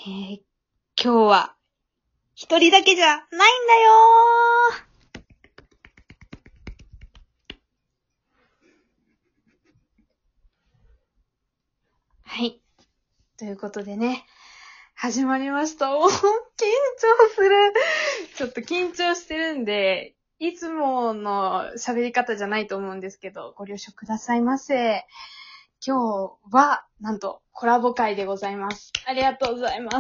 今日は一人だけじゃないんだよー。はい。ということでね、始まりました。緊張する。ちょっと緊張してるんで、いつもの喋り方じゃないと思うんですけど、ご了承くださいませ。今日は、なんと、コラボ会でございます。ありがとうございます。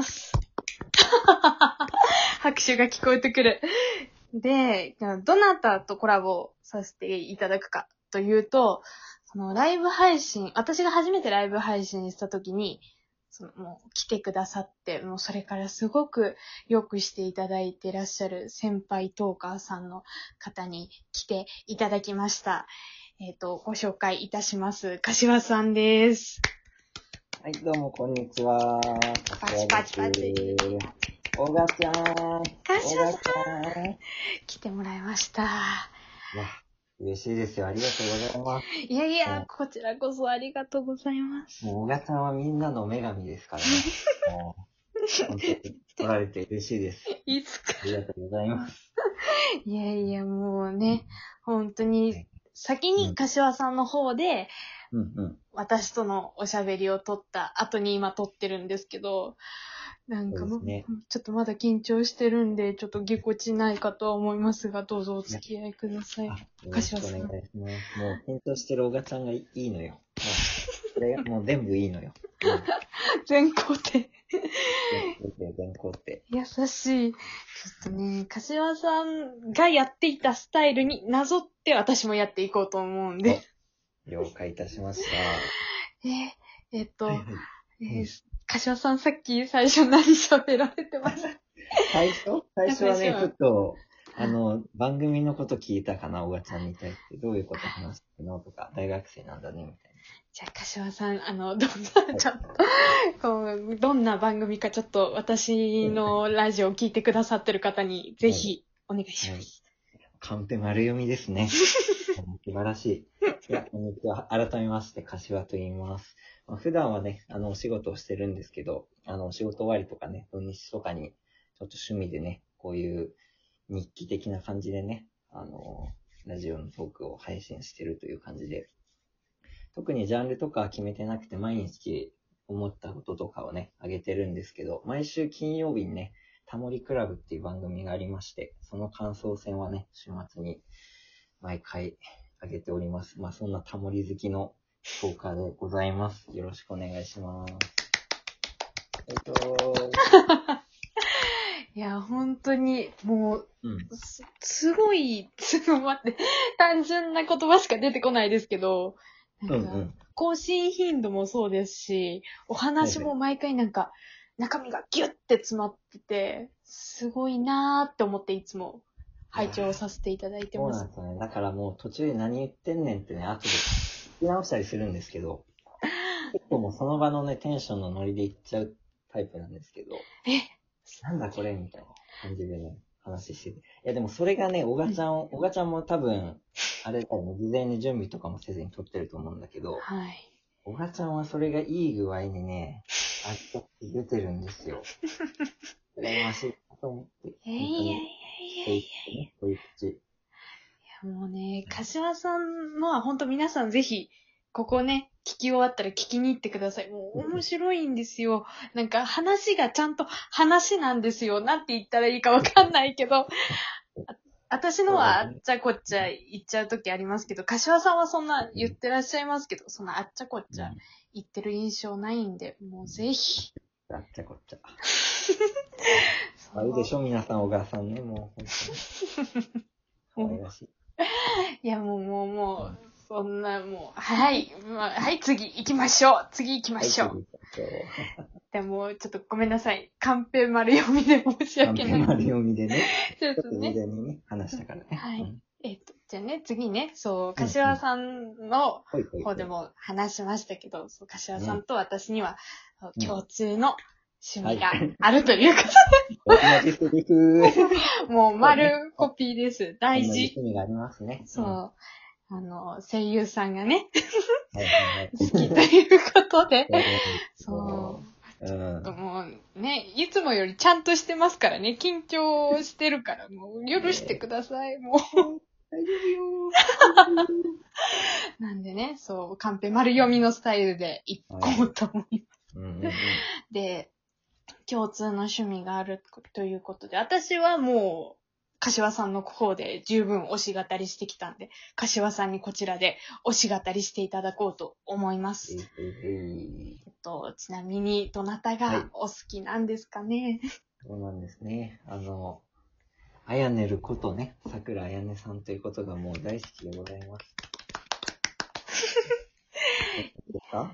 拍手が聞こえてくる。で、どなたとコラボさせていただくかというと、そのライブ配信、私が初めてライブ配信した時に、もう来てくださって、もうそれからすごくよくしていただいていらっしゃる先輩トーカーさんの方に来ていただきました。ご紹介いたします。柏さんです。 はい、どうもこんにちは。 パチパチパチ。 小賀ちゃん。 柏さん。来てもらいました。 いや、嬉しいですよ。ありがとうございます。 いやいや、こちらこそありがとうございます。 もう小賀ちゃんはみんなの女神ですからね。もう本当に来られて嬉しいです。 いつか。 ありがとうございます。 いやいや、もうね、本当に、先に柏さんの方で、私とのおしゃべりを取った後に今撮ってるんですけど、なんかもう、ちょっとまだ緊張してるんで、ちょっとぎこちないかとは思いますが、どうぞお付き合いください。 よろしくお願いします。もう緊張してる小賀ちゃんがいいのよ。それもう全部いいのよ。 全肯定。 全肯定。 優しい。ちょっとね、柏さんがやっていたスタイルになぞって私もやっていこうと思うんで。 了解いたしました。 柏さんさっき最初何喋られてました最初はね、ちょっと、番組のこと聞いたかな、小賀ちゃんに対して。どういうこと話してるのとか、大学生なんだね、みたいな。 じゃあ、柏さん、どんな番組かちょっと私のラジオを聞いてくださってる方にぜひお願いします。 カンペ丸読みですね。素晴らしい。いや、こんにちは。改めまして、柏と言います。普段はね、お仕事をしてるんですけど、お仕事終わりとかね、土日とかに、ちょっと趣味でね、こういう日記的な感じでね、ラジオのトークを配信してるという感じで、特にジャンルとかは決めてなくて、毎日思ったこととかをね、あげてるんですけど、毎週金曜日にね、タモリクラブっていう番組がありまして、その感想戦はね、週末に毎回あげております。まあそんなタモリ好きのトーカーでございます。よろしくお願いします。 いや、本当に、もう、すごい、ちょっと待って、単純な言葉しか出てこないですけど、更新頻度もそうですし、お話も毎回なんか、中身がギュッて詰まってて、すごいなーって思っていつも拝聴させていただいてます。 そうなんですよね。だからもう途中で何言ってんねんってね、後で聞き直したりするんですけど、結構もうその場のね、テンションのノリで言っちゃうタイプなんですけど、なんだこれみたいな感じでね、話してて。いやでもそれがね、小賀ちゃんも多分、あれだよね、事前に準備とかもせずに撮ってると思うんだけど、小賀ちゃんはそれがいい具合にね、出てるんですよ。羨ましいなと思って。 いや。もうね、柏さんは本当皆さんぜひ、ここね、聞き終わったら聞きに行ってください。もう面白いんですよ。なんか話がちゃんと話なんですよ。なんて言ったらいいかわかんないけど、私のはあっちゃこっちゃ言っちゃうときありますけど、柏さんはそんな言ってらっしゃいますけど、そんなあっちゃこっちゃ言ってる印象ないんで、もうぜひ。 あっちゃこっちゃ。いいでしょ皆さん、小川さんね、もう本当に。可愛らしい。 いや、もう、そんな、もう、はい、次行きましょう。でも、ちょっとごめんなさい。カンペ丸読みで申し訳ない。 カンペ丸読みでね。 ちょっとね。 事前にね、話したからね。 はい。じゃあね、次ね、柏さんの方でも話しましたけど、柏さんと私には共通の趣味があるということで。もう丸コピーです。大事。 趣味がありますね。 そう。声優さんがね、好きということで、そう。 もうね、いつもよりちゃんとしてますからね、緊張してるから、もう許してください、もう。 大丈夫よなんでね、そう、カンペ丸読みのスタイルで行こうと思います。 うんうんうん。 で、共通の趣味があるということで、私はもう、柏さんの方で十分推し語りしてきたんで、柏さんにこちらで推し語りしていただこうと思います。ちなみに、どなたがお好きなんですかね。 そうなんですね。あやねることね、桜あやねさんということがもう大好きでございます。ですか？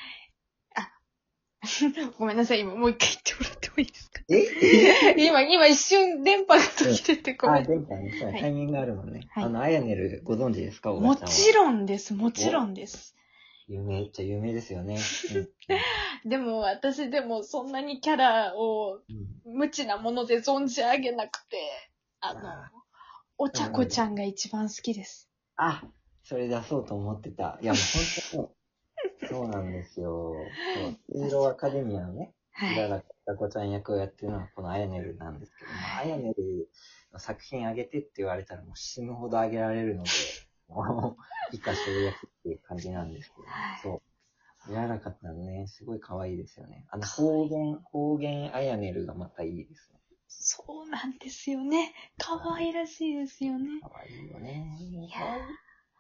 ごめんなさい、今もう一回言ってもらってもいいですか？ え今一瞬電波が途切れてごめん。 電波ね、そうタイミングがあるもんね。 はいあやねるご存知ですか、小も川ちゃんは。 ちろんです、もちろんです。 有名っちゃ有名ですよね。 でも私でもそんなにキャラを無知なもので存じ上げなくて、お茶子ちゃんが一番好きです。 あ、それ出そうと思ってた。いやもう本当に、そうなんですよ。ヒーローアカデミアのね、 はい。 うららかこちゃん役をやってるのはこのあやねるなんですけども、あやねるの作品あげてって言われたらもう死ぬほどあげられるので、もう、以下省略っていう感じなんですけど、そう。うららかちゃんね、すごい可愛いですよね。方言あやねるがまたいいですね。 そうなんですよね。可愛らしいですよね。 可愛いよね。 いや可愛い。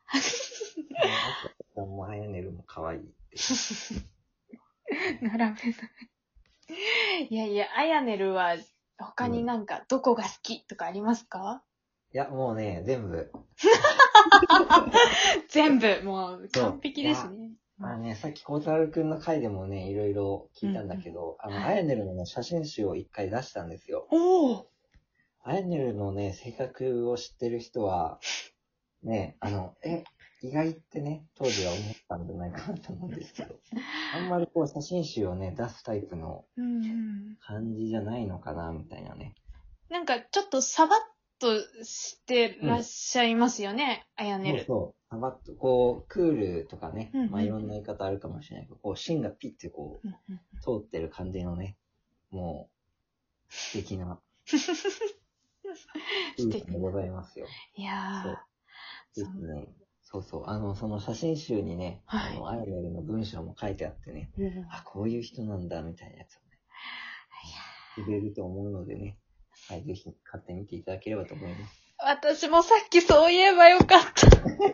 もうあやねるも可愛いって。 並べない。いやいや、あやねるは他になんかどこが好きとかありますか？ いや、もうね、全部。 全部、もう完璧ですね。 さっき孝太郎くんの回でもね、いろいろ聞いたんだけど、あやねるのね、写真集を一回出したんですよ。 おお。 あやねるのね、性格を知ってる人は、ね、意外ってね、当時は思ったんじゃないかなと思うんですけど、あんまりこう写真集をね、出すタイプの感じじゃないのかな、みたいなね。 なんかちょっとサバッとしてらっしゃいますよね、あやねる。 そう。サバッと、こう、クールとかね、 うんうんまあいろんな言い方あるかもしれないけど、こう、芯がピッてこう、通ってる感じのね、もう、素敵な、 素敵でございますよ。 いやー。ですね。そうそう。その写真集にね、 はい、 あやねるの文章も書いてあってね、あ、こういう人なんだ、みたいなやつをね、入れると思うのでね、はい、ぜひ買ってみていただければと思います。 私もさっきそう言えばよかった。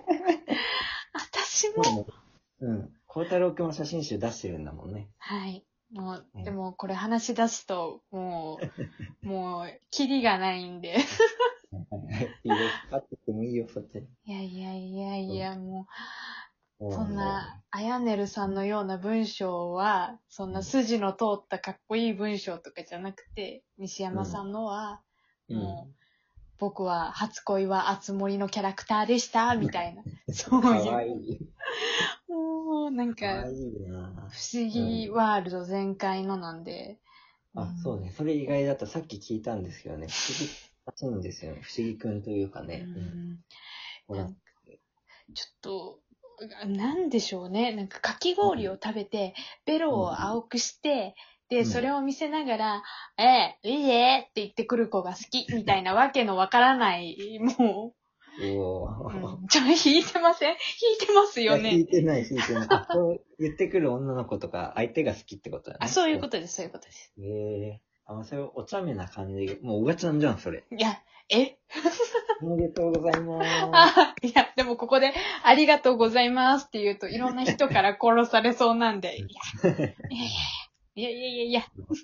私も。 うん。孝太郎くんは写真集出してるんだもんね。 はい。もう、でもこれ話し出すと、もう、キリがないんで。 いいです。買ってきてもいいよ、そっちに。 いやいやいやいや、もう、そんな、あやねるさんのような文章は、そんな筋の通ったかっこいい文章とかじゃなくて、西山さんのは、もう、僕は初恋はあつ森のキャラクターでした、みたいな。そういう。かわいい。もう、なんか、不思議ワールド全開のなんで。 そうね。それ意外だとさっき聞いたんですけどね。不思議らしいんですよね。不思議くんというかね。 ちょっと、なんでしょうね。なんかかき氷を食べて、ベロを青くして、で、それを見せながら、いいえって言ってくる子が好き、みたいなわけのわからない、もう。ちょ、引いてません？引いてますよね。 引いてない。そう言ってくる女の子とか、相手が好きってことだね。 そういうことです、そういうことです。 それお茶目な感じ。もう、うがちゃんじゃん、それ。 いや、 おめでとうございます。 いや、でもここで、ありがとうございますって言うと、いろんな人から殺されそうなんで、いや。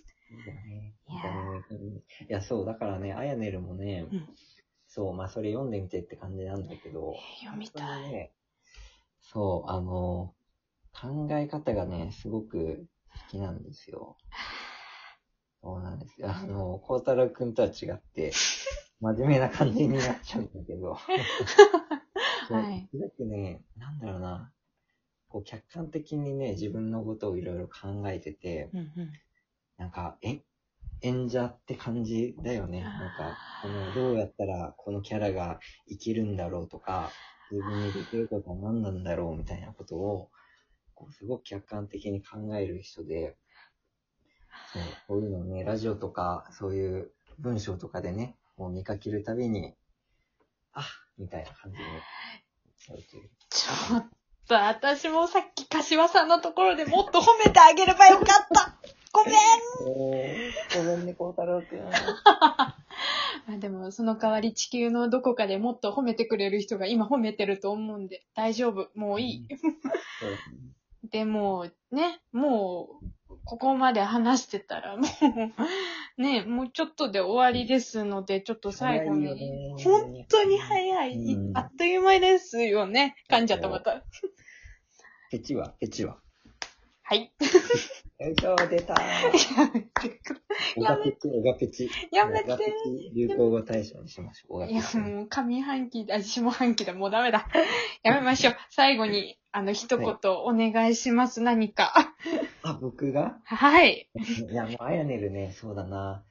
いや、そう、だからね、あやねるもね、そう、まあ、それ読んでみてって感じなんだけど、 読みたい。 ね、そう、考え方がね、すごく好きなんですよ。そうなんですよ。孝太郎くんとは違って、真面目な感じになっちゃうんだけど。はい。すごくね、なんだろうな、こう客観的にね、自分のことをいろいろ考えてて、なんか、演者って感じだよね。なんか、どうやったらこのキャラが生きるんだろうとか、自分にできることは何なんだろうみたいなことを、こうすごく客観的に考える人で、 そう、こういうのをね、ラジオとか、そういう文章とかでね、もう見かけるたびに、あ、みたいな感じになるという。 ちょっと、私もさっき柏さんのところでもっと褒めてあげればよかったごめんごめんね、孝太郎くん。 でも、その代わり地球のどこかでもっと褒めてくれる人が今褒めてると思うんで、大丈夫。もういい。でも、ね、もう、ここまで話してたら、もう、ね、もうちょっとで終わりですので、ちょっと最後早いに、 よね本当に早い、 うんあっという間ですよね。噛んじゃった、また。 ペチは。 はい。 よいしょ、出たー。オガペチ。 やめて。 オガペチ流行語大賞にしましょう。オガペいや、 チ。 もう、上半期だ、下半期だ、もうダメだ。やめましょう。最後に、一言お願いします、何か。 あ、僕がはい。 いや、もう、あやねるね、そうだな。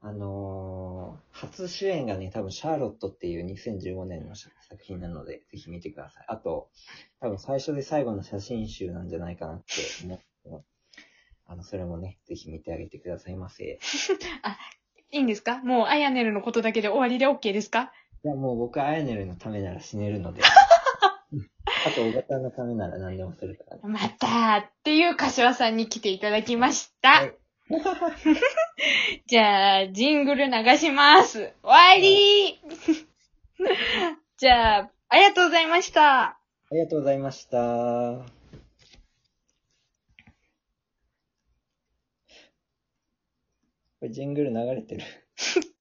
初主演がね、多分、シャーロットっていう2015年の作品なので、ぜひ見てください。あと、多分、最初で最後の写真集なんじゃないかなって思って、それもね、ぜひ見てあげてくださいませ。 いいんですか？もう、アヤネルのことだけで終わりで OK ですか？ いや、もう僕、あやねるのためなら死ねるので。あと、小型のためなら何でもするから。 またーっていう柏さんに来ていただきました。 はいじゃあ、ジングル流します。終わりじゃあ、ありがとうございました。 ありがとうございました。これジングル流れてる。